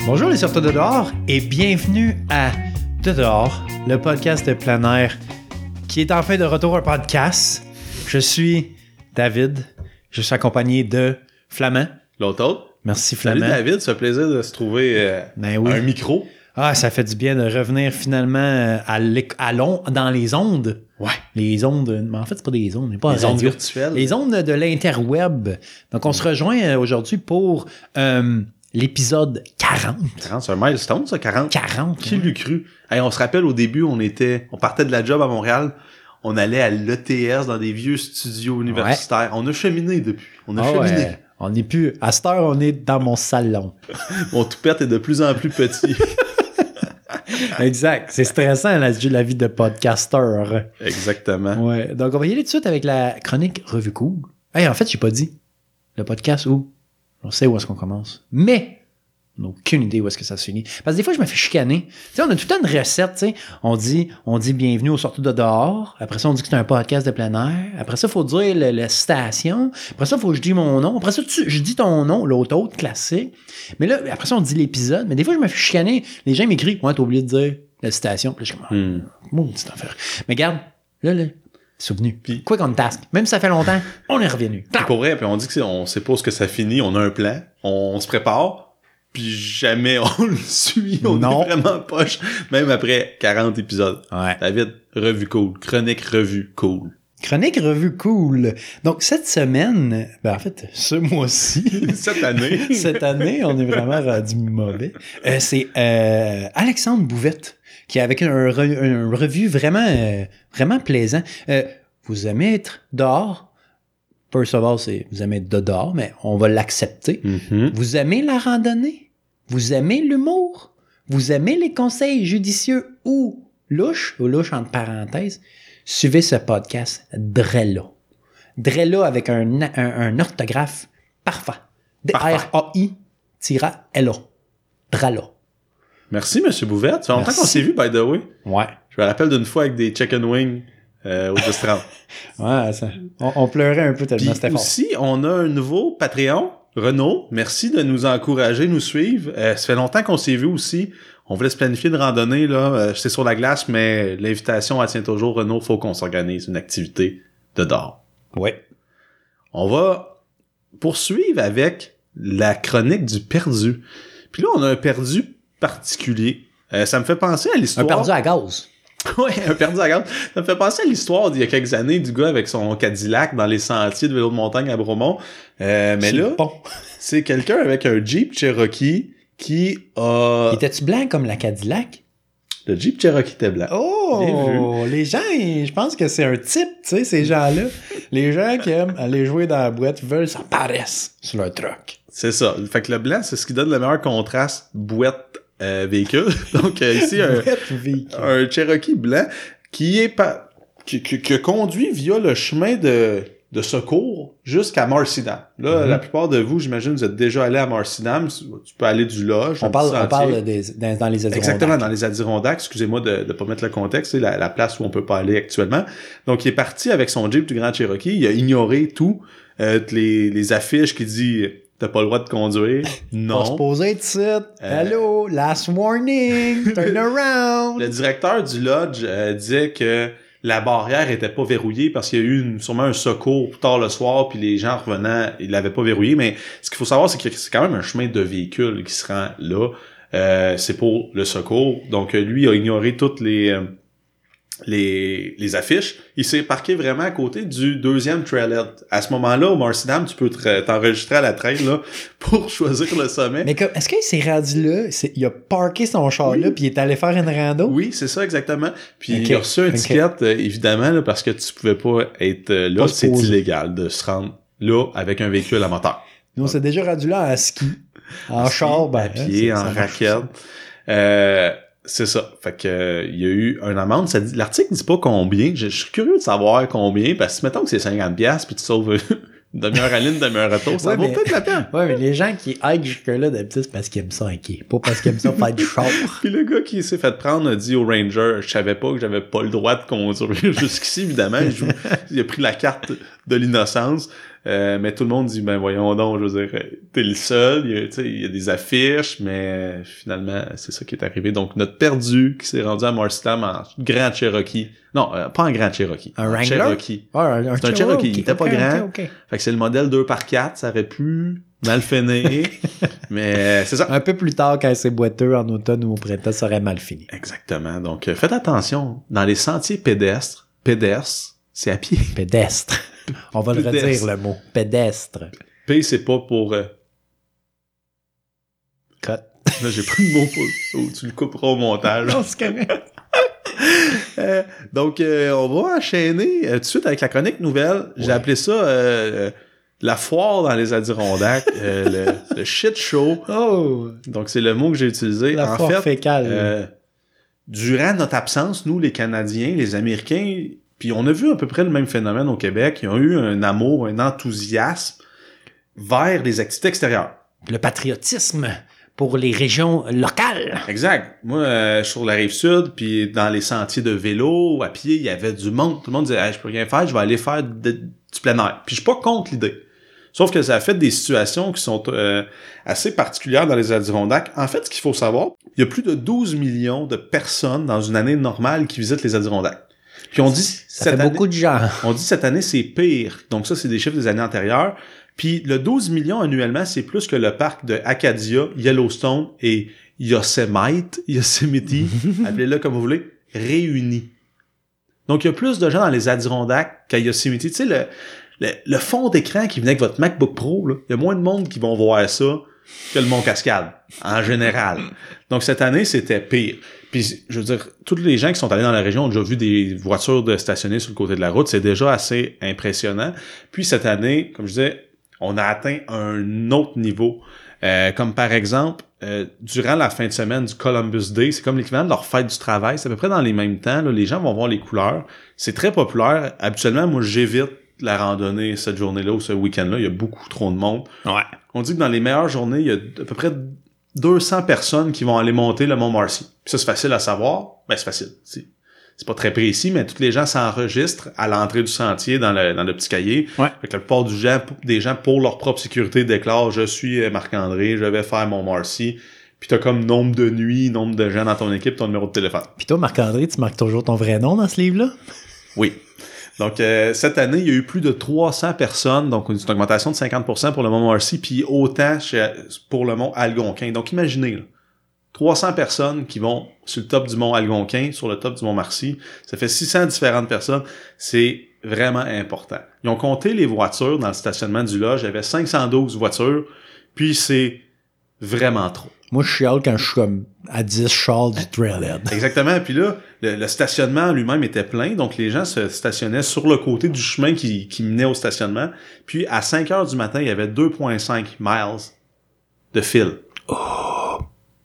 Bonjour les sorteurs de dehors et bienvenue à De dehors, le podcast de plein air qui est enfin de retour un podcast. Je suis David, je suis accompagné de Flamand. L'autre. Merci Flamand. Salut David, ça fait plaisir de se trouver un micro. Ah, ça fait du bien de revenir finalement dans les ondes. Ouais. Les ondes, mais en fait, c'est pas des ondes, pas les ondes virtuelles. Les ondes de l'interweb. Donc, on se rejoint aujourd'hui pour l'épisode 40. 40, c'est un milestone, ça, 40. 40. Qui l'eût cru? Hey, on se rappelle, au début, on partait de la job à Montréal, on allait à l'ETS dans des vieux studios universitaires. Ouais. On a cheminé depuis. On a cheminé. Ouais. On n'est plus... À cette heure, on est dans mon salon. Mon toupette est de plus en plus petit. Exact. C'est stressant, la vie de podcasteur. Exactement. Ouais. Donc, on va y aller tout de suite avec la chronique Revue Cool. Hey, en fait, j'ai pas dit. Le podcast où on sait où est-ce qu'on commence. Mais on n'a aucune idée où est-ce que ça se finit. Parce que des fois, je me fais chicaner. Tu sais, on a tout le temps une recette, tu sais. On dit bienvenue au sorties de dehors. Après ça, on dit que c'est un podcast de plein air. Après ça, il faut dire la station. Après ça, il faut que je dise mon nom. Après ça, je dis ton nom, l'autre classique. Mais là, après ça, on dit l'épisode. Mais des fois, je me fais chicaner. Les gens m'écrivent, ouais, t'as oublié de dire la station. Puis là, je suis comme, maudite affaire. Mais regarde, là, souvenu. Puis, quick on task. Même si ça fait longtemps, on est revenu. C'est pour vrai, puis on dit qu'on sait pas où ce que ça finit. On a un plan. On se prépare. Puis jamais on le suit, on est vraiment poche, même après 40 épisodes. Ouais. David, revue cool, chronique revue cool. Chronique revue cool. Donc cette semaine, en fait, ce mois-ci, cette année, on est vraiment rendu mauvais. C'est Alexandre Bouvette qui est avec un revue vraiment plaisant. Vous aimez être dehors? First of all, c'est vous aimez être dehors, mais on va l'accepter. Mm-hmm. Vous aimez la randonnée? Vous aimez l'humour? Vous aimez les conseils judicieux ou louches entre parenthèses? Suivez ce podcast Drella. Drella avec un orthographe parfait. D-R-A-I-L-A. Drella. Merci, M. Bouvette. Ça fait longtemps qu'on s'est vu, by the way. Ouais. Je me rappelle d'une fois avec des chicken wings au restaurant. Ouais, ça. On pleurait un peu tellement c'était fort. Aussi, on a un nouveau Patreon, Renaud. Merci de nous encourager, nous suivre. Ça fait longtemps qu'on s'est vu aussi. On voulait se planifier une randonnée, là. C'est sur la glace, mais l'invitation, elle tient toujours. Renaud, faut qu'on s'organise une activité de dehors. Ouais. On va poursuivre avec la chronique du perdu. Puis là, on a un perdu particulier. Ça me fait penser à l'histoire... Un perdu à gaz. Oui, un perdu à gaz. Ça me fait penser à l'histoire d'il y a quelques années du gars avec son Cadillac dans les sentiers de vélo de montagne à Bromont. Mais là, c'est quelqu'un avec un Jeep Cherokee qui a... Était-tu blanc comme la Cadillac? Le Jeep Cherokee était blanc. Oh! Les gens, je pense que c'est un type, tu sais, ces gens-là. Les gens qui aiment aller jouer dans la boîte veulent ça paraisse sur leur truck. C'est ça. Fait que le blanc, c'est ce qui donne le meilleur contraste boîte véhicule. Donc ici, un Cherokee blanc qui conduit via le chemin de secours jusqu'à Marcy-Dam. Là, la plupart de vous, j'imagine, vous êtes déjà allés à Marcy-Dam. Tu peux aller du Lodge. On parle dans les Adirondacks. Exactement, dans les Adirondacks. Excusez-moi de pas mettre le contexte. C'est la place où on peut pas aller actuellement. Donc, il est parti avec son Jeep du Grand Cherokee. Il a ignoré tout. Les affiches qui disent « T'as pas le droit de conduire. » Non. On se posait de suite. Hello, last warning, turn around. Le directeur du Lodge disait que la barrière était pas verrouillée parce qu'il y a eu sûrement un secours plus tard le soir, puis les gens revenant, ils l'avaient pas verrouillé. Mais ce qu'il faut savoir, c'est que c'est quand même un chemin de véhicule qui se rend là. C'est pour le secours. Donc lui, il a ignoré toutes les affiches. Il s'est parqué vraiment à côté du deuxième trailhead. À ce moment-là, au Marcy-Dam, tu peux t'enregistrer à la trail là pour choisir le sommet. Mais est-ce qu'il s'est rendu là? Il a parqué son char là puis il est allé faire une rando? Oui, c'est ça exactement. Puis il a reçu un ticket, évidemment, là, parce que tu pouvais pas être là. C'est illégal de se rendre là avec un véhicule à moteur. Nous, on s'est déjà rendu là en ski. En char, à pied, en raquette. C'est ça. Fait que il y a eu une amende. L'article dit pas combien. Je suis curieux de savoir combien, parce que mettons que c'est 50$ puis tu sauves une demi-heure à l'île, une demi-heure à retour, ça vaut peut-être la peine. Ouais, mais les gens qui hike jusque-là, d'habitude, c'est parce qu'ils aiment ça hiker, pas parce qu'ils aiment ça faire du char. Puis le gars qui s'est fait prendre a dit au ranger, je savais pas que j'avais pas le droit de conduire jusqu'ici, évidemment. Il a pris la carte de l'innocence. Mais tout le monde dit, ben voyons donc, je veux dire, t'es le seul, il y a des affiches, mais finalement, c'est ça qui est arrivé. Donc, notre perdu qui s'est rendu à Morristown en Grand Cherokee. Non, pas en Grand Cherokee. Un Wrangler? Cherokee. Ouais, un c'est un Cherokee. Il était pas grand. Okay. Fait que c'est le modèle 2x4, ça aurait pu mal finir. Mais c'est ça. Un peu plus tard, quand c'est boiteux, en automne ou au printemps, ça aurait mal fini. Exactement. Donc, faites attention. Dans les sentiers pédestres, c'est à pied. Pédestre. On va le redire, le mot. Pédestre. P, c'est pas pour... Cut. Là, j'ai pris le mot pour... tu le couperas au montage. Non, c'est correct. Donc, on va enchaîner tout de suite avec la chronique nouvelle. J'ai appelé ça la foire dans les Adirondacks, le shit show. Oh! Donc, c'est le mot que j'ai utilisé. La foire fécale. Durant notre absence, nous, les Canadiens, les Américains... Puis on a vu à peu près le même phénomène au Québec. Ils ont eu un amour, un enthousiasme vers les activités extérieures. Le patriotisme pour les régions locales. Exact. Moi, sur la Rive-Sud, puis dans les sentiers de vélo, à pied, il y avait du monde. Tout le monde disait hey, « je peux rien faire, je vais aller faire du plein air ». Puis je suis pas contre l'idée. Sauf que ça a fait des situations qui sont assez particulières dans les Adirondacks. En fait, ce qu'il faut savoir, il y a plus de 12 millions de personnes dans une année normale qui visitent les Adirondacks. Puis on dit ça fait beaucoup de gens. On dit cette année c'est pire. Donc ça c'est des chiffres des années antérieures. Puis le 12 millions annuellement, c'est plus que le parc de Acadia, Yellowstone et Yosemite, appelez-le comme vous voulez, réunis. Donc il y a plus de gens dans les Adirondacks qu'à Yosemite. Tu sais le fond d'écran qui venait avec votre MacBook Pro, il y a moins de monde qui vont voir ça que le Mont-Cascade en général. Donc cette année, c'était pire. Puis, je veux dire, tous les gens qui sont allés dans la région ont déjà vu des voitures stationnées sur le côté de la route. C'est déjà assez impressionnant. Puis, cette année, comme je disais, on a atteint un autre niveau. Comme par exemple, durant la fin de semaine du Columbus Day, c'est comme l'équivalent de leur fête du travail. C'est à peu près dans les mêmes temps. Là, les gens vont voir les couleurs. C'est très populaire. Habituellement, moi, j'évite la randonnée cette journée-là ou ce week-end-là. Il y a beaucoup trop de monde. Ouais. On dit que dans les meilleures journées, il y a à peu près 200 personnes qui vont aller monter le Mont Marcy. Puis ça, c'est facile à savoir. Ben, c'est facile. C'est pas très précis, mais tous les gens s'enregistrent à l'entrée du sentier dans le petit cahier. Ouais. Fait que la plupart des gens, pour leur propre sécurité, déclarent « Je suis Marc-André, je vais faire mon Marcy ». Puis t'as comme nombre de nuits, nombre de gens dans ton équipe, ton numéro de téléphone. Puis toi, Marc-André, tu marques toujours ton vrai nom dans ce livre-là? Oui. Donc, cette année, il y a eu plus de 300 personnes, donc une augmentation de 50% pour le Mont Marcy, puis autant pour le Mont Algonquin. Donc, imaginez, là, 300 personnes qui vont sur le top du Mont Algonquin, sur le top du Mont Marcy. Ça fait 600 différentes personnes. C'est vraiment important. Ils ont compté les voitures dans le stationnement du lodge. Il y avait 512 voitures, puis c'est vraiment trop. Moi, je chiale quand je suis comme à 10 chars du Trailhead. Exactement. Puis là, le stationnement lui-même était plein. Donc, les gens se stationnaient sur le côté du chemin qui menait au stationnement. Puis, à 5 heures du matin, il y avait 2,5 miles de fil. Oh!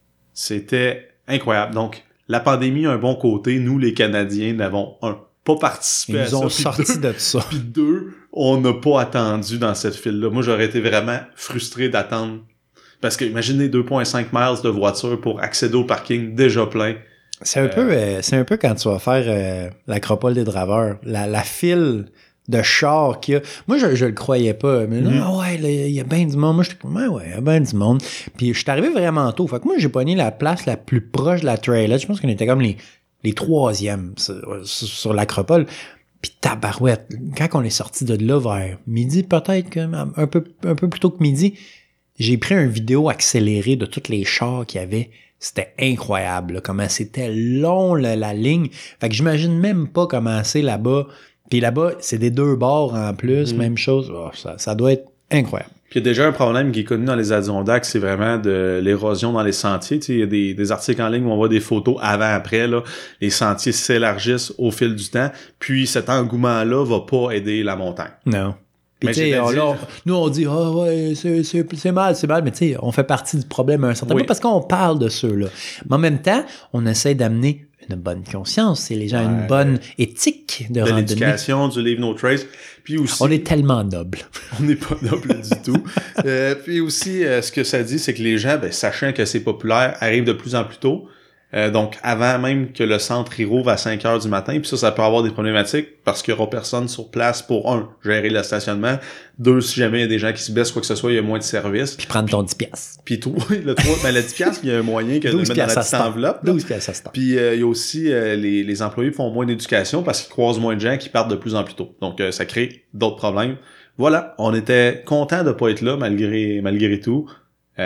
C'était incroyable. Donc, la pandémie a un bon côté. Nous, les Canadiens, n'avons pas participé à ça. Ils nous ont sorti de ça. Puis 2, on n'a pas attendu dans cette file-là. Moi, j'aurais été vraiment frustré d'attendre. Parce que imaginez 2,5 miles de voiture pour accéder au parking déjà plein. C'est un peu quand tu vas faire l'Acropole des Draveurs. La file de chars qu'il y a. Moi, je le croyais pas. Mais non, ouais, il y a bien du monde. Moi, j'étais comme, ouais, il y a bien du monde. Puis je suis arrivé vraiment tôt. Fait que moi, j'ai pogné la place la plus proche de la trailhead. Je pense qu'on était comme les troisièmes sur l'Acropole. Puis tabarouette. Quand on est sorti de là vers midi, peut-être un peu plus tôt que midi, j'ai pris une vidéo accélérée de tous les chars qu'il y avait. C'était incroyable, là, comment c'était long la ligne. Fait que j'imagine même pas comment c'est là-bas. Puis là-bas, c'est des deux bords en plus, même chose. Oh, ça doit être incroyable. Puis il y a déjà un problème qui est connu dans les Adirondacks, c'est vraiment de l'érosion dans les sentiers. Tu sais, il y a des articles en ligne où on voit des photos avant-après. Là, les sentiers s'élargissent au fil du temps. Puis cet engouement-là va pas aider la montagne. Non. Puis tu sais, nous on dit ouais, c'est mal, mais tu sais, on fait partie du problème à un certain point parce qu'on parle de ceux-là. Mais en même temps, on essaie d'amener une bonne conscience, c'est les gens une bonne éthique de randonnée. L'éducation, du Leave No Trace. Puis aussi, on est tellement noble. On n'est pas noble du tout. Puis aussi, ce que ça dit, c'est que les gens, sachant que c'est populaire, arrivent de plus en plus tôt. Donc, avant même que le centre y rouvre à 5 heures du matin, puis ça peut avoir des problématiques parce qu'il y aura personne sur place pour, gérer le stationnement, 2, si jamais il y a des gens qui se blessent, quoi que ce soit, il y a moins de services. Puis prendre ton 10$. Puis tout, le 10$, il y a un moyen que de le mettre dans la petite enveloppe. 12$ ça se Puis il y a aussi, les employés font moins d'éducation parce qu'ils croisent moins de gens qui partent de plus en plus tôt. Donc, ça crée d'autres problèmes. Voilà, on était content de pas être là malgré tout. On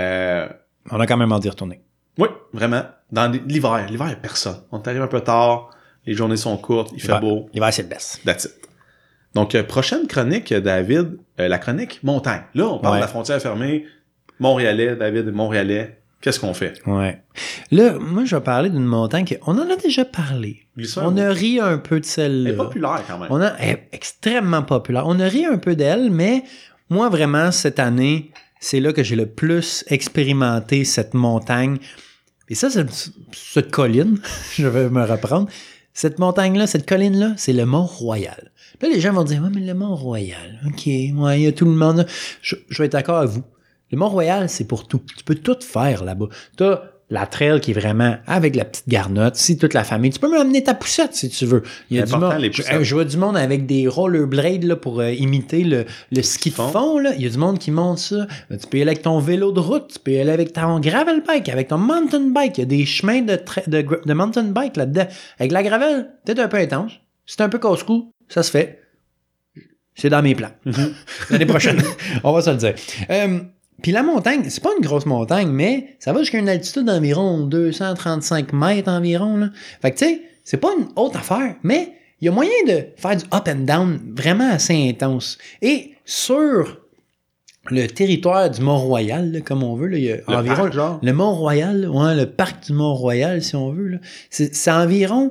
a quand même envie d'y retourner. Oui, vraiment. Dans l'hiver, il y a personne. On est arrivé un peu tard, les journées sont courtes, il fait beau. L'hiver, c'est le best. That's it. Donc, prochaine chronique, David, la chronique montagne. Là, on parle de la frontière fermée. Montréalais, David, Montréalais. Qu'est-ce qu'on fait? Ouais. Là, moi, je vais parler d'une montagne qu'on en a déjà parlé. On a ri un peu de celle-là. Elle est populaire quand même. Elle est extrêmement populaire. On a ri un peu d'elle, mais moi, vraiment, cette année, c'est là que j'ai le plus expérimenté cette montagne. Et ça, cette colline, je vais me reprendre. Cette cette colline-là, c'est le Mont-Royal. Là, les gens vont dire, ouais, mais le Mont-Royal, OK, ouais, il y a tout le monde. Je vais être d'accord avec vous. Le Mont-Royal, c'est pour tout. Tu peux tout faire là-bas. T'as la trail qui est vraiment avec la petite garnotte, si toute la famille. Tu peux même amener ta poussette si tu veux. Il y a du monde. Je vois du monde avec des rollerblades là, pour imiter le ski de fond. Là. Il y a du monde qui monte ça. Tu peux y aller avec ton vélo de route, tu peux y aller avec ton gravel bike, avec ton mountain bike. Il y a des chemins de mountain bike là-dedans. Avec la gravel, peut-être un peu intense. C'est un peu casse-cou, ça se fait. C'est dans mes plans. L'année prochaine, on va se le dire. Puis la montagne, c'est pas une grosse montagne, mais ça va jusqu'à une altitude d'environ 235 mètres environ. Là. Fait que tu sais, c'est pas une haute affaire, mais il y a moyen de faire du up and down vraiment assez intense. Et sur le territoire du Mont-Royal, là, comme on veut, là, il y a environ le Mont-Royal, ouais, le parc du Mont-Royal, si on veut. Là, c'est environ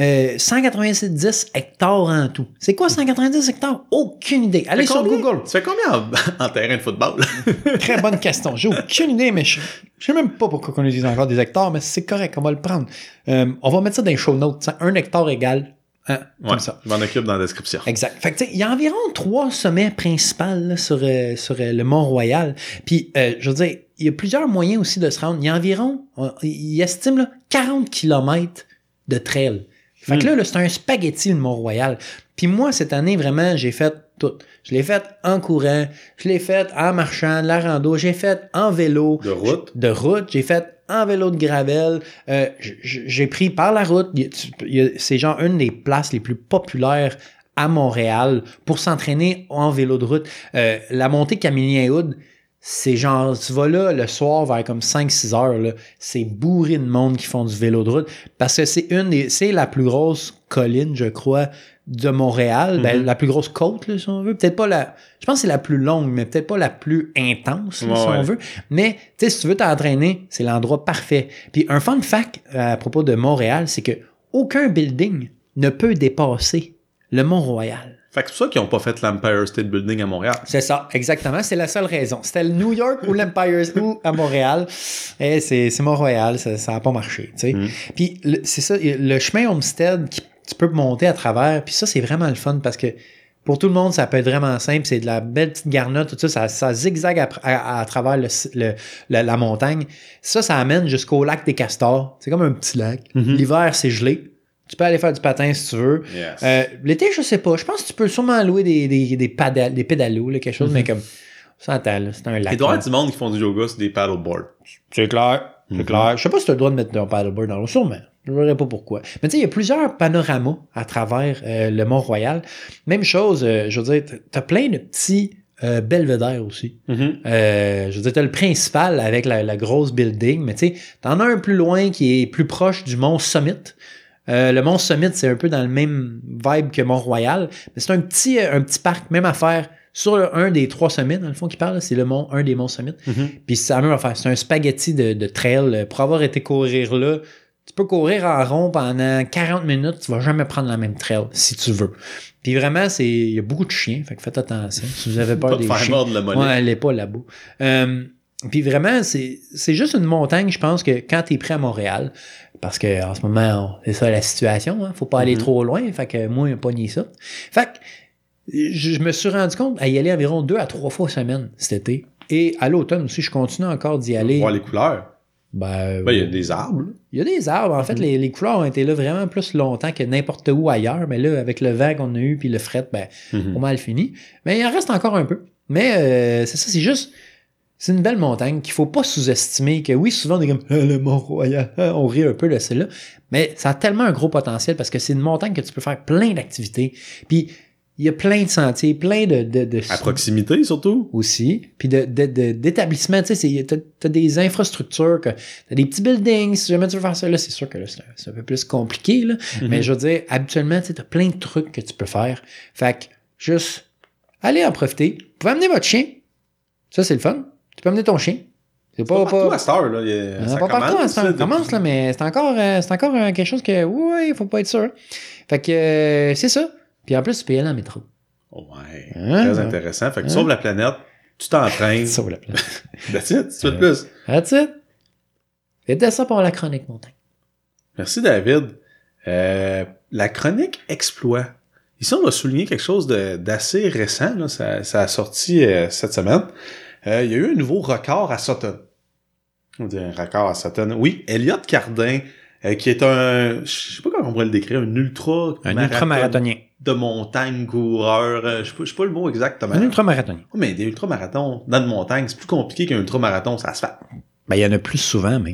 190 hectares en tout. C'est quoi 190 hectares? Aucune idée. Allez sur Google. Ça fait combien en terrain de football? Très bonne question. J'ai aucune idée, mais je sais même pas pourquoi on utilise encore des hectares, mais c'est correct, on va le prendre. On va mettre ça dans les show notes. 1 hectare égale. Comme ça. Je m'en occupe dans la description. Exact. Fait que, il y a environ 3 sommets principaux là, sur le Mont-Royal. Puis, je veux dire, il y a plusieurs moyens aussi de se rendre. Il y a environ, il estime là, 40 km de trail. Fait que là, c'est un spaghetti, le Mont-Royal. Puis moi, cette année, vraiment, j'ai fait tout. Je l'ai fait en courant, je l'ai fait en marchant, de la rando, j'ai fait en vélo. De route, j'ai fait en vélo de gravel. J'ai pris par la route. C'est genre une des places les plus populaires à Montréal pour s'entraîner en vélo de route. La montée Camillien-Hood, c'est genre, tu vas là le soir vers comme 5-6 heures, là, c'est bourré de monde qui font du vélo de route parce que c'est la plus grosse colline, je crois, de Montréal. Ben, la plus grosse côte, là, si on veut. Peut-être pas je pense que c'est la plus longue, mais peut-être pas la plus intense, là, si on veut. Mais, tu sais, si tu veux t'entraîner, c'est l'endroit parfait. Puis un fun fact à propos de Montréal, c'est que aucun building ne peut dépasser le Mont-Royal. Fait que c'est pour ça qu'ils n'ont pas fait l'Empire State Building à Montréal. C'est ça, exactement. C'est la seule raison. C'était le New York ou l'Empire ou à Montréal. Et c'est Mont-Royal, ça n'a pas marché. Tu sais. Puis c'est ça, le chemin Homestead tu peux monter à travers. Puis ça, c'est vraiment le fun parce que pour tout le monde, ça peut être vraiment simple. C'est de la belle petite garnotte, tout ça. Ça zigzague à travers la montagne. Ça amène jusqu'au lac des Castors. C'est comme un petit lac. L'hiver, c'est gelé. Tu peux aller faire du patin si tu veux. Yes. L'été, je sais pas. Je pense que tu peux sûrement louer des pédalos, là, quelque chose, mais comme ça, c'est un lac. Il doit y avoir du monde qui font du yoga sur des paddleboards. C'est clair. C'est clair. Je sais pas si tu as le droit de mettre un paddleboard dans l'eau, sûrement. Je ne verrai pas pourquoi. Mais tu sais, il y a plusieurs panoramas à travers le Mont-Royal. Même chose, je veux dire, tu as plein de petits belvédères aussi. Je veux dire, tu as le principal avec la grosse building, mais tu sais, tu en as un plus loin qui est plus proche du Mont Summit. Le Mont Summit, c'est un peu dans le même vibe que Mont-Royal, mais c'est un petit parc, même affaire, sur un des 3 sommets, dans le fond, qui parle, c'est un des Monts Summit. Puis c'est la même affaire, c'est un spaghetti de trail. Pour avoir été courir là, tu peux courir en rond pendant 40 minutes, tu vas jamais prendre la même trail, si tu veux. Puis vraiment, il y a beaucoup de chiens, fait que faites attention. Si vous avez peur des chiens, allez pas là-bas. Puis vraiment, c'est juste une montagne, je pense, que quand t'es prêt à Montréal, parce que en ce moment, c'est ça la situation, hein, faut pas aller trop loin, fait que moi, j'ai pas nié ça. Fait que je me suis rendu compte à y aller environ 2 à 3 fois semaine cet été. Et à l'automne aussi, je continue encore d'y aller. Voir les couleurs. Ben, il y a des arbres. Il y a des arbres. En fait, les couleurs ont été là vraiment plus longtemps que n'importe où ailleurs. Mais là, avec le vent qu'on a eu puis le fret, ben, pas mal fini. Mais il en reste encore un peu. Mais c'est ça, c'est juste... C'est une belle montagne qu'il faut pas sous-estimer. Que oui, souvent, on est comme le Mont-Royal, on rit un peu de celle-là. Mais ça a tellement un gros potentiel parce que c'est une montagne que tu peux faire plein d'activités. Puis il y a plein de sentiers, plein de à proximité, surtout. Aussi. Puis d'établissements, tu sais, t'as des infrastructures, t'as des petits buildings. Si jamais tu veux faire ça, là, c'est sûr que là, c'est un peu plus compliqué, là. Mais je veux dire, habituellement, tu sais, t'as plein de trucs que tu peux faire. Fait que, juste, allez en profiter. Vous pouvez amener votre chien. Ça, c'est le fun. Tu peux amener ton chien. C'est pas partout à cette heure, là. Ça pas partout à cette heure. Ça commence, là, mais c'est encore quelque chose que, ouais, il faut pas être sûr. Fait que, c'est ça. Puis en plus, tu peux y aller en métro. Ouais. Très intéressant. Fait que tu sauves la planète, tu t'entraînes. Tu sauves la planète. That's it. Tu veux plus. That's it. C'était ça pour la chronique montagne. Merci, David. La chronique exploit. Ici, on va souligner quelque chose d'assez récent. Là. Ça a sorti cette semaine. Il y a eu un nouveau record à Sutton. On dit un record à Sutton. Oui, Elliot Cardin, qui est je sais pas comment on pourrait le décrire, un ultramarathonien. De montagne coureur. Je sais pas le mot exactement. Un ultramarathonien. Oui, mais des ultramarathons dans de montagne, c'est plus compliqué qu'un ultramarathon, ça se fait. Ben, il y en a plus souvent, même.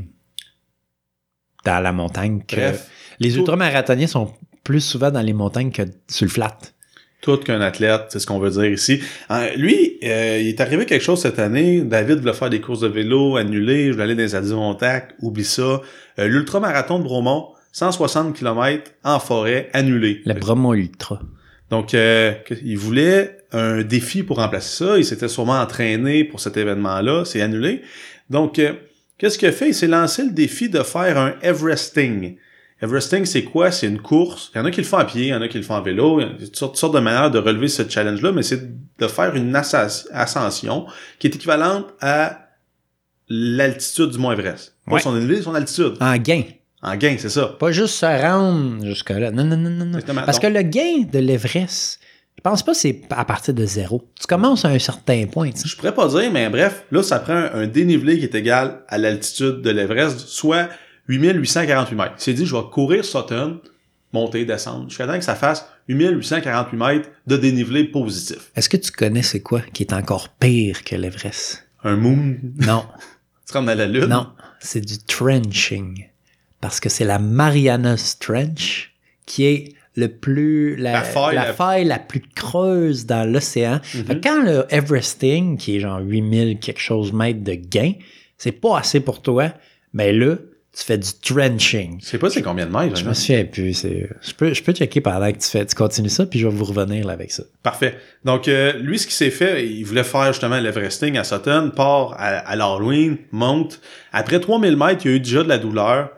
Dans la montagne que... Bref. Les ultramarathoniens sont plus souvent dans les montagnes que sur le flat. Tout qu'un athlète, c'est ce qu'on veut dire ici. Lui, il est arrivé quelque chose cette année. David voulait faire des courses de vélo annulées. Je voulais aller dans les Adirondacks. Oublie ça. L'ultramarathon de Bromont, 160 km en forêt, annulé. Le Bromont Ultra. Donc, il voulait un défi pour remplacer ça. Il s'était sûrement entraîné pour cet événement-là. C'est annulé. Donc, qu'est-ce qu'il a fait? Il s'est lancé le défi de faire un Everesting. Everesting, c'est quoi? C'est une course. Il y en a qui le font à pied, il y en a qui le font en vélo. Il y a toutes sortes de manières de relever ce challenge-là, mais c'est de faire une ascension qui est équivalente à l'altitude du Mont Everest. Pas son élevé, son altitude. En gain. En gain, c'est ça. Pas juste se rendre jusque-là. Non. Parce que le gain de l'Everest, je pense pas que c'est à partir de zéro. Tu commences à un certain point. T'sais. Je pourrais pas dire, mais bref, là, ça prend un dénivelé qui est égal à l'altitude de l'Everest, soit 8848 mètres. Il s'est dit, je vais courir Sutton, monter, descendre, jusqu'à temps que ça fasse 8848 mètres de dénivelé positif. Est-ce que tu connais c'est quoi qui est encore pire que l'Everest? Un moon? Non. Tu rentres dans la lune? Non, c'est du trenching. Parce que c'est la Marianas Trench qui est la faille la plus creuse dans l'océan. Mm-hmm. Quand le Everesting, qui est genre 8000 quelque chose mètres de gain, c'est pas assez pour toi, mais là, tu fais du trenching. Je sais pas c'est combien de mètres. Je me souviens plus. Je peux checker pendant que tu continues ça, puis je vais vous revenir là avec ça. Parfait. Donc, lui, ce qu'il s'est fait, il voulait faire justement l'Everesting à Sutton, part à l'Halloween, monte. Après 3000 mètres, il y a eu déjà de la douleur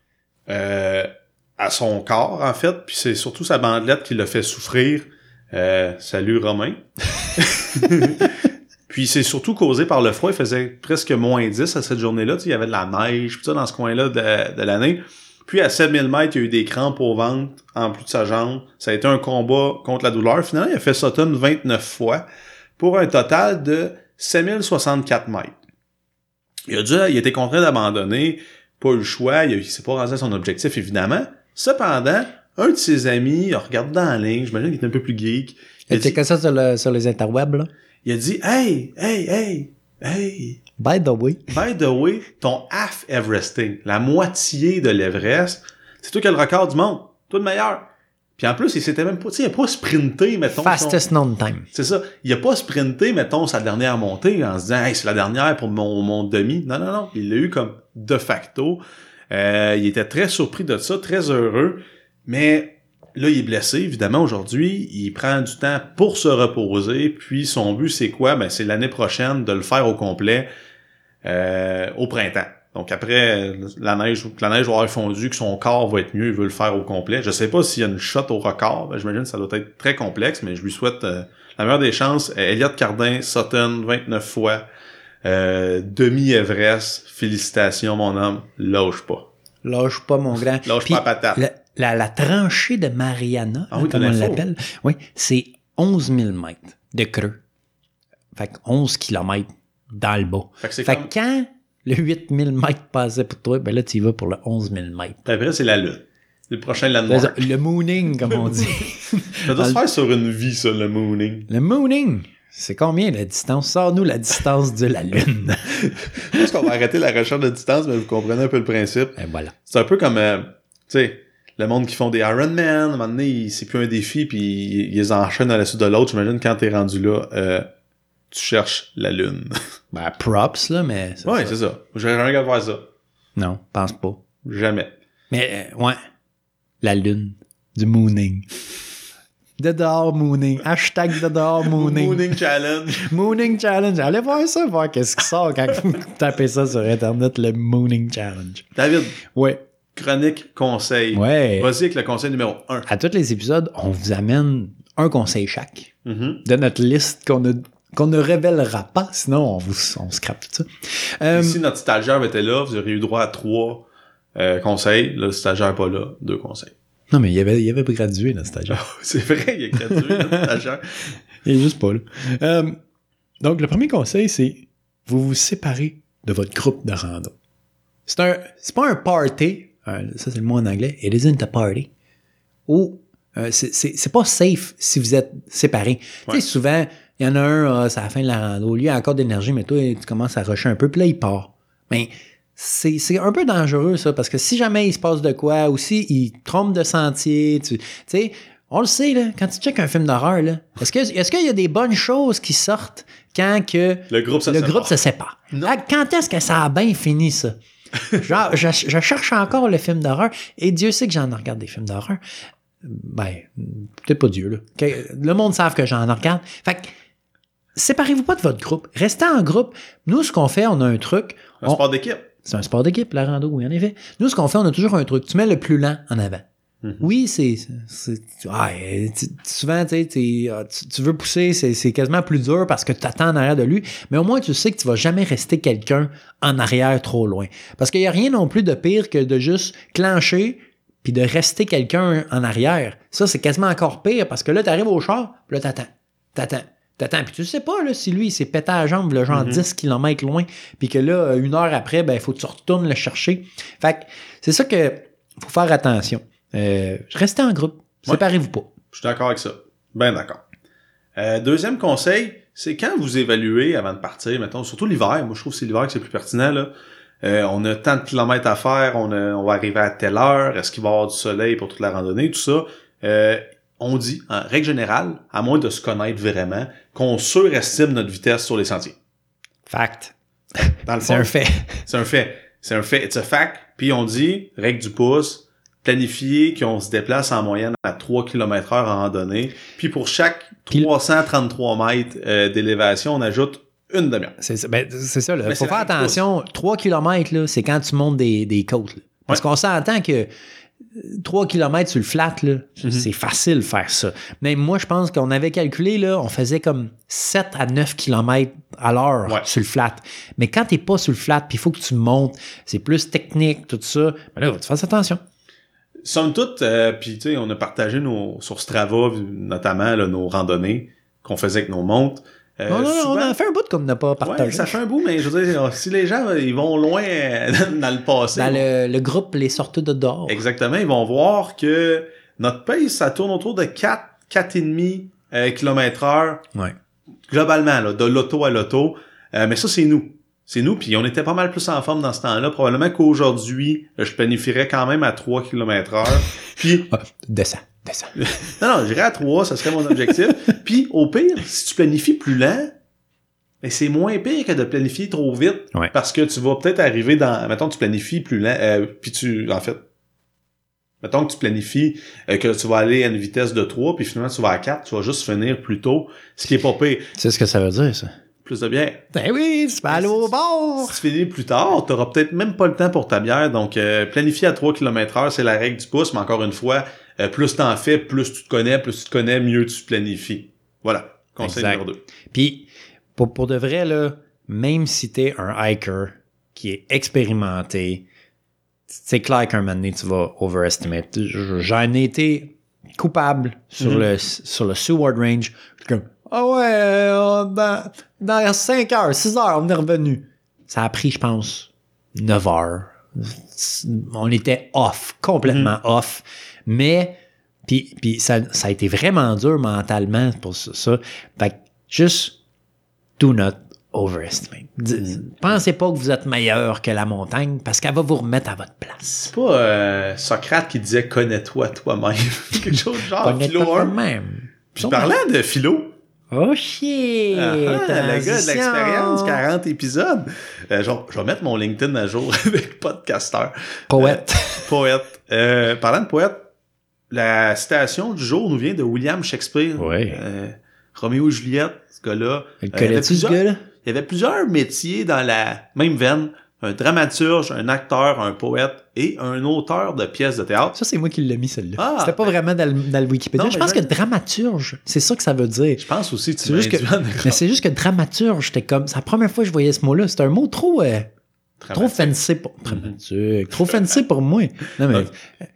à son corps, en fait, puis c'est surtout sa bandelette qui l'a fait souffrir. Salut, Romain. Puis c'est surtout causé par le froid. Il faisait presque moins 10 à cette journée-là. Tu sais, il y avait de la neige, tout ça dans ce coin-là de l'année. Puis à 7000 mètres, il y a eu des crampes au ventre, en plus de sa jambe. Ça a été un combat contre la douleur. Finalement, il a fait Sutton 29 fois pour un total de 7064 mètres. Il était contraint d'abandonner. Pas eu le choix. Il s'est pas rendu à son objectif, évidemment. Cependant, un de ses amis a regardé dans la ligne. J'imagine qu'il était un peu plus geek. Il était comme ça sur les interwebs, là? Il a dit, hey! By the way, ton half Everesting, la moitié de l'Everest, c'est toi qui as le record du monde. Toi le meilleur. Puis en plus, il s'était même pas, tu sais, il a pas sprinté, mettons. Fastest known time. C'est ça. Il a pas sprinté, mettons, sa dernière montée en se disant, hey, c'est la dernière pour mon demi. Non. Il l'a eu comme de facto. Il était très surpris de ça, très heureux. Mais là, il est blessé, évidemment, aujourd'hui. Il prend du temps pour se reposer. Puis son but, c'est quoi? Ben, c'est l'année prochaine de le faire au complet au printemps. Donc après, la neige va avoir fondu, que son corps va être mieux, il veut le faire au complet. Je sais pas s'il y a une shot au record. Ben, j'imagine que ça doit être très complexe, mais je lui souhaite la meilleure des chances. Elliot Cardin, Sutton, 29 fois. Demi-Everest. Félicitations, mon homme. Lâche pas. Lâche pas, mon grand. Lâche pas la patate. La tranchée de Mariana, comme on l'appelle, c'est 11 000 mètres de creux. Fait que 11 km dans le bas. Fait que quand le 8000 mètres passait pour toi, ben là, tu y vas pour le 11 000 mètres. Puis après, c'est la Lune. Le prochain landmark. Le mooning, comme on dit. Ça doit se faire sur une vie, ça, le mooning. Le mooning, c'est combien la distance? Sors-nous la distance de la Lune. Je pense qu'on va arrêter la recherche de distance, mais vous comprenez un peu le principe. Et voilà. C'est un peu comme, tu sais, le monde qui font des Ironman, à un moment donné, c'est plus un défi, puis ils les enchaînent à la suite de l'autre. J'imagine quand t'es rendu là, tu cherches la Lune. Ben, props, là, mais... Ouais, c'est ça. J'ai rien à faire ça. Non, pense pas. Jamais. Mais, ouais. La Lune. Du mooning. De dehors mooning. Hashtag de dehors mooning. Mooning challenge. Mooning challenge. Allez voir ça, voir qu'est-ce qui sort quand vous tapez ça sur Internet, le mooning challenge. David. Ouais. Chronique conseil. Ouais. Vas-y avec le conseil numéro 1. À tous les épisodes, on vous amène un conseil chaque Mm-hmm. de notre liste qu'on ne révélera pas, sinon on scrape tout ça. Si notre stagiaire était là, vous auriez eu droit à 3 conseils. Là, le stagiaire n'est pas là, 2 conseils. Non, mais il avait gradué, notre stagiaire. C'est vrai, il est gradué, notre stagiaire. Il est juste pas là. Donc, le premier conseil, c'est vous vous séparez de votre groupe de rando. C'est pas un party, ça c'est le mot en anglais, it isn't a party, ou c'est pas safe si vous êtes séparés. Ouais. Tu sais, souvent, il y en a un, c'est à la fin de la rando, lui il a encore d'énergie, mais toi, tu commences à rusher un peu, puis là, il part. Mais c'est un peu dangereux, ça, parce que si jamais il se passe de quoi, ou si il trompe de sentier, tu sais, on le sait, là, quand tu checkes un film d'horreur, là, est-ce qu'il y a des bonnes choses qui sortent quand que le groupe se sépare? Quand est-ce que ça a bien fini, ça? Genre, je cherche encore le film d'horreur, et Dieu sait que j'en regarde des films d'horreur. Ben, peut-être pas Dieu, là. Le monde savent que j'en regarde. Fait que, séparez-vous pas de votre groupe. Restez en groupe. Nous, ce qu'on fait, on a un truc. Un sport d'équipe. C'est un sport d'équipe, la rando, oui, en effet. Nous, ce qu'on fait, on a toujours un truc. Tu mets le plus lent en avant. Mm-hmm. Oui, souvent, tu veux pousser, c'est quasiment plus dur parce que tu attends en arrière de lui, mais au moins, tu sais que tu vas jamais rester quelqu'un en arrière trop loin. Parce qu'il n'y a rien non plus de pire que de juste clencher puis de rester quelqu'un en arrière. Ça, c'est quasiment encore pire parce que là, tu arrives au char, puis là, t'attends. Puis tu sais pas là, si lui, il s'est pété à la jambe, là, genre 10 km loin, puis que là, 1 heure après, ben, il faut que tu retournes le chercher. Fait que c'est ça que faut faire attention. Restez en groupe. Séparez-vous pas. Je suis d'accord avec ça. Ben d'accord. Deuxième conseil, c'est quand vous évaluez avant de partir, mettons, surtout l'hiver. Moi, je trouve que c'est l'hiver que c'est plus pertinent, là. On a tant de kilomètres à faire, on va arriver à telle heure, est-ce qu'il va y avoir du soleil pour toute la randonnée, tout ça. On dit, en règle générale, à moins de se connaître vraiment, qu'on surestime notre vitesse sur les sentiers. Fact. Dans le fond, c'est un fait. C'est un fait. It's a fact. Puis on dit, règle du pouce, planifier qu'on se déplace en moyenne à 3 km/h en randonnée. Puis pour chaque 333 mètres d'élévation, on ajoute une demi-heure. C'est ça. Il faut faire attention. 3 km, là, c'est quand tu montes des côtes. Là. Parce qu'on s'entend que 3 km sur le flat, là, c'est facile de faire ça. Mais moi, je pense qu'on avait calculé, là, on faisait comme 7 à 9 km à l'heure sur le flat. Mais quand t'es pas sur le flat, puis il faut que tu montes, c'est plus technique, tout ça, ben là, tu fasses attention. Somme toute, puis tu sais, on a partagé sur Strava, notamment là, nos randonnées qu'on faisait avec nos montres. Non, on a fait un bout qu'on n'a pas partagé. Ouais, ça fait un bout, mais je veux dire, si les gens ils vont loin dans le passé... Dans le groupe Les Sorteux de dehors. Exactement, ils vont voir que notre pace, ça tourne autour de 4,5 km/h. Ouais. Globalement, là, de l'auto à l'auto. Mais ça, c'est nous. C'est nous, puis on était pas mal plus en forme dans ce temps-là. Probablement qu'aujourd'hui, je planifierais quand même à 3 km/h. Puis... Descends. Non, j'irais à 3, ça serait mon objectif. Puis, au pire, si tu planifies plus lent, mais c'est moins pire que de planifier trop vite. Ouais. Parce que tu vas peut-être arriver dans... Mettons, tu planifies plus lent, puis mettons que tu planifies que tu vas aller à une vitesse de 3, puis finalement, tu vas à 4, tu vas juste finir plus tôt, ce qui est pas pire. Tu sais ce que ça veut dire, ça? Plus de bière. Ben oui, tu peux aller au bord! Si tu finis plus tard, t'auras peut-être même pas le temps pour ta bière, donc planifier à 3 km/h, c'est la règle du pouce, mais encore une fois, plus t'en fais, plus tu te connais, mieux tu planifies. Voilà, conseil numéro 2. Puis, pour de vrai, là, même si t'es un hiker qui est expérimenté, c'est clair qu'un moment donné, tu vas overestimate. J'en ai été coupable sur le Seward Range. Comme, dans 5 heures, 6 heures, on est revenu. Ça a pris, je pense, 9 heures. On était off, complètement off. Mais, puis ça a été vraiment dur mentalement pour ça. Fait que juste, do not overestimate. Pensez pas que vous êtes meilleur que la montagne parce qu'elle va vous remettre à votre place. C'est pas Socrate qui disait « connais-toi toi-même ». Quelque chose de genre philo 1. Toi-même. Puis parlant de philo... Oh shit! Le gars de l'expérience, 40 épisodes. Je vais mettre mon LinkedIn à jour avec podcasteur. Poète. Poète. Parlant de poète, la citation du jour nous vient de William Shakespeare. Oui. Roméo et Juliette, ce gars-là. Le connais-tu, ce gars-là? Il y avait plusieurs métiers dans la même veine. Un dramaturge, un acteur, un poète et un auteur de pièces de théâtre. Ça, c'est moi qui l'ai mis, celle-là. Ah, c'était pas vraiment dans le Wikipédia. Non, je pense que dramaturge, c'est ça que ça veut dire. Je pense aussi que c'est juste mais c'est juste que dramaturge, j'étais comme... C'est la première fois que je voyais ce mot-là. C'est un mot trop fancy pour... Trop fancy pour moi. Non, mais...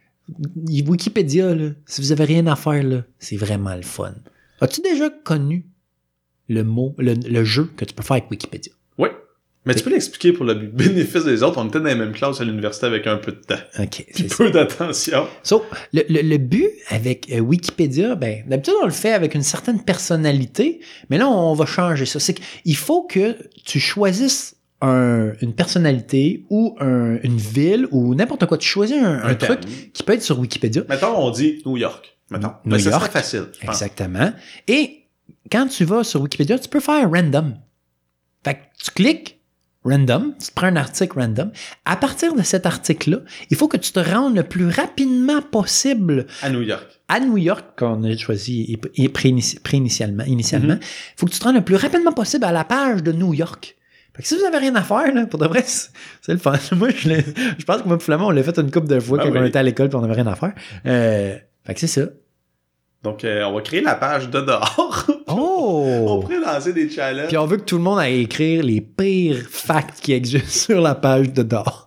Wikipédia, là, si vous avez rien à faire, là, c'est vraiment le fun. As-tu déjà connu le mot, le jeu que tu peux faire avec Wikipédia? Oui. Mais tu peux l'expliquer pour le bénéfice des autres. On était dans la même classe à l'université avec un peu de temps. OK. Puis peu d'attention. So, le but avec Wikipédia, ben, d'habitude, on le fait avec une certaine personnalité, mais là, on va changer ça. C'est qu'il faut que tu choisisses une personnalité ou une ville ou n'importe quoi. Tu choisis un truc qui peut être sur Wikipédia. Mettons, on dit New York. Mettons. New York. Ça serait facile. Exactement. Et quand tu vas sur Wikipédia, tu peux faire random. Fait que tu cliques random, tu te prends un article random. À partir de cet article-là, il faut que tu te rendes le plus rapidement possible à New York. À New York, qu'on a choisi initialement. Il faut que tu te rendes le plus rapidement possible à la page de New York. Fait que si vous avez rien à faire, là, pour de vrai, c'est le fun. Moi, je pense que moi et Flamand, on l'a fait une couple de fois quand on était à l'école et on n'avait rien à faire. Fait que c'est ça. Donc, on va créer la page de dehors. Oh! On pourrait lancer des challenges. Puis on veut que tout le monde aille écrire les pires facts qui existent sur la page de dehors.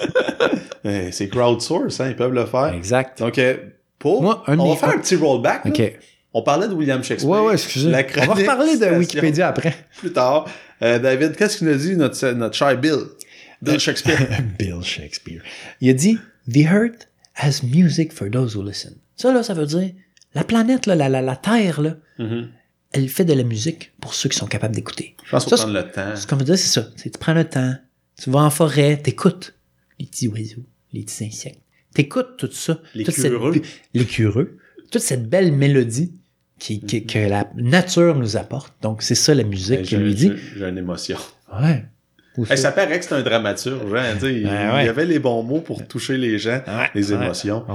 C'est crowdsource, hein, ils peuvent le faire. Exact. Donc, on va faire un petit rollback. OK. On parlait de William Shakespeare. Ouais, excusez. On va reparler de Wikipédia après. Plus tard. David, qu'est-ce qu'il a dit, notre cher Bill? Bill Shakespeare. Bill Shakespeare. Il a dit, « The earth has music for those who listen ». Ça, là, ça veut dire, la planète, là, la Terre, là, elle fait de la musique pour ceux qui sont capables d'écouter. Je pense qu'il faut prendre le temps. Ce qu'on veut dire, c'est ça. Tu prends le temps, tu vas en forêt, t'écoutes les petits oiseaux, les petits insectes. T'écoutes tout ça. Les curieux. Toute cette belle mélodie que la nature nous apporte. Donc, c'est ça la musique qu'il lui dit. J'ai une émotion. Ouais. Ça paraît que c'est un dramaturge. Hein, il y avait les bons mots pour toucher les gens, les émotions.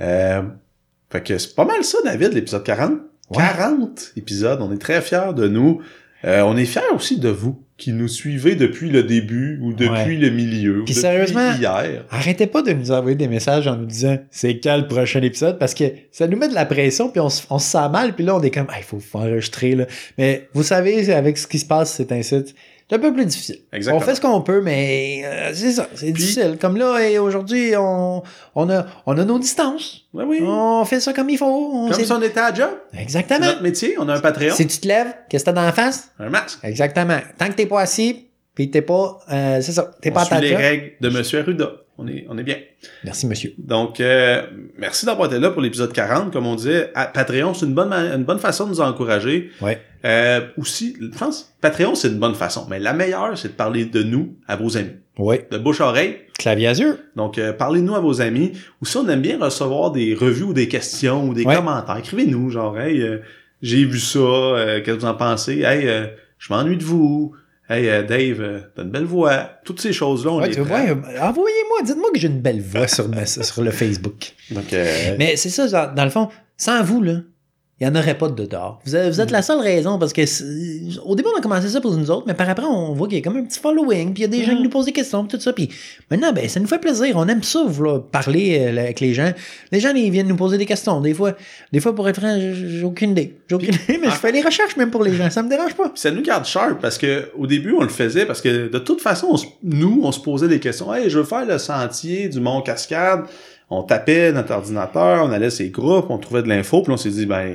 Fait que c'est pas mal ça, David, l'épisode 40. 40 épisodes. On est très fiers de nous. On est fiers aussi de vous qui nous suivez depuis le début ou depuis le milieu. Puis ou sérieusement, depuis hier. Arrêtez pas de nous envoyer des messages en nous disant c'est quand le prochain épisode parce que ça nous met de la pression puis on se sent mal puis là on est comme il faut enregistrer là. Mais vous savez avec ce qui se passe c'est un site c'est un peu plus difficile. Exactement. On fait ce qu'on peut, mais c'est ça, c'est difficile. Comme là, aujourd'hui, on a nos distances. Oui. On fait ça comme il faut. Comme si on était à job. Exactement. C'est notre métier, on a un Patreon. Si tu te lèves, qu'est-ce que t'as dans la face? Un masque. Exactement. Tant que t'es pas assis, pis t'es pas... c'est ça, t'es pas à ta job. On suit les règles de Monsieur Arruda. On est bien. Merci, monsieur. Donc, merci d'avoir été là pour l'épisode 40. Comme on disait, Patreon, c'est une bonne façon de nous encourager. Ouais. Aussi, je pense, Patreon, c'est une bonne façon. Mais la meilleure, c'est de parler de nous à vos amis. Oui. De bouche à oreille. Clavier azur. Donc, parlez-nous à vos amis. Aussi, on aime bien recevoir des revues ou des questions ou des commentaires. Écrivez-nous, genre, hey, j'ai vu ça, qu'est-ce que vous en pensez? Hey, je m'ennuie de vous. Hey, Dave, t'as une belle voix. Toutes ces choses-là, on les prend. Envoyez-moi, dites-moi que j'ai une belle voix sur le Facebook. Donc, mais c'est ça, dans le fond, sans vous, là, il n'y en aurait pas de dehors. Vous êtes la seule raison, parce que au début, on a commencé ça pour nous autres, mais par après, on voit qu'il y a comme un petit following, puis il y a des gens qui nous posent des questions, tout ça, puis maintenant, ben, ça nous fait plaisir. On aime ça, vouloir parler avec les gens. Les gens, ils viennent nous poser des questions. Des fois, pour être franc, j'ai aucune idée. Mais je fais les recherches même pour les gens. Ça me dérange pas. Puis ça nous garde sharp, parce que au début, on le faisait, parce que de toute façon, on se posait des questions. Hey, je veux faire le sentier du Mont Cascade. On tapait notre ordinateur, on allait sur les groupes, on trouvait de l'info, puis on s'est dit, ben,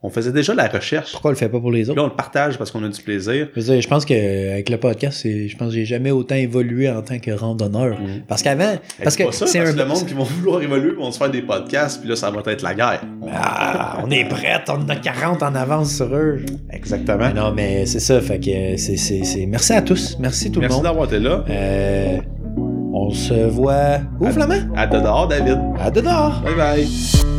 On faisait déjà la recherche. Pourquoi on le fait pas pour les autres? Là, on le partage parce qu'on a du plaisir. Je pense qu'avec le podcast, je pense que j'ai jamais autant évolué en tant que randonneur. Parce qu'avant... Parce que c'est le monde qui va vouloir évoluer, vont se faire des podcasts, puis là, ça va être la guerre. On est prêts, on en a 40 en avance sur eux. Exactement. Mais non, mais c'est ça, fait que c'est... Merci à tous, merci tout le monde. Merci d'avoir été là. On se voit... Où, Flamand? À dehors, David. À dehors. Bye bye.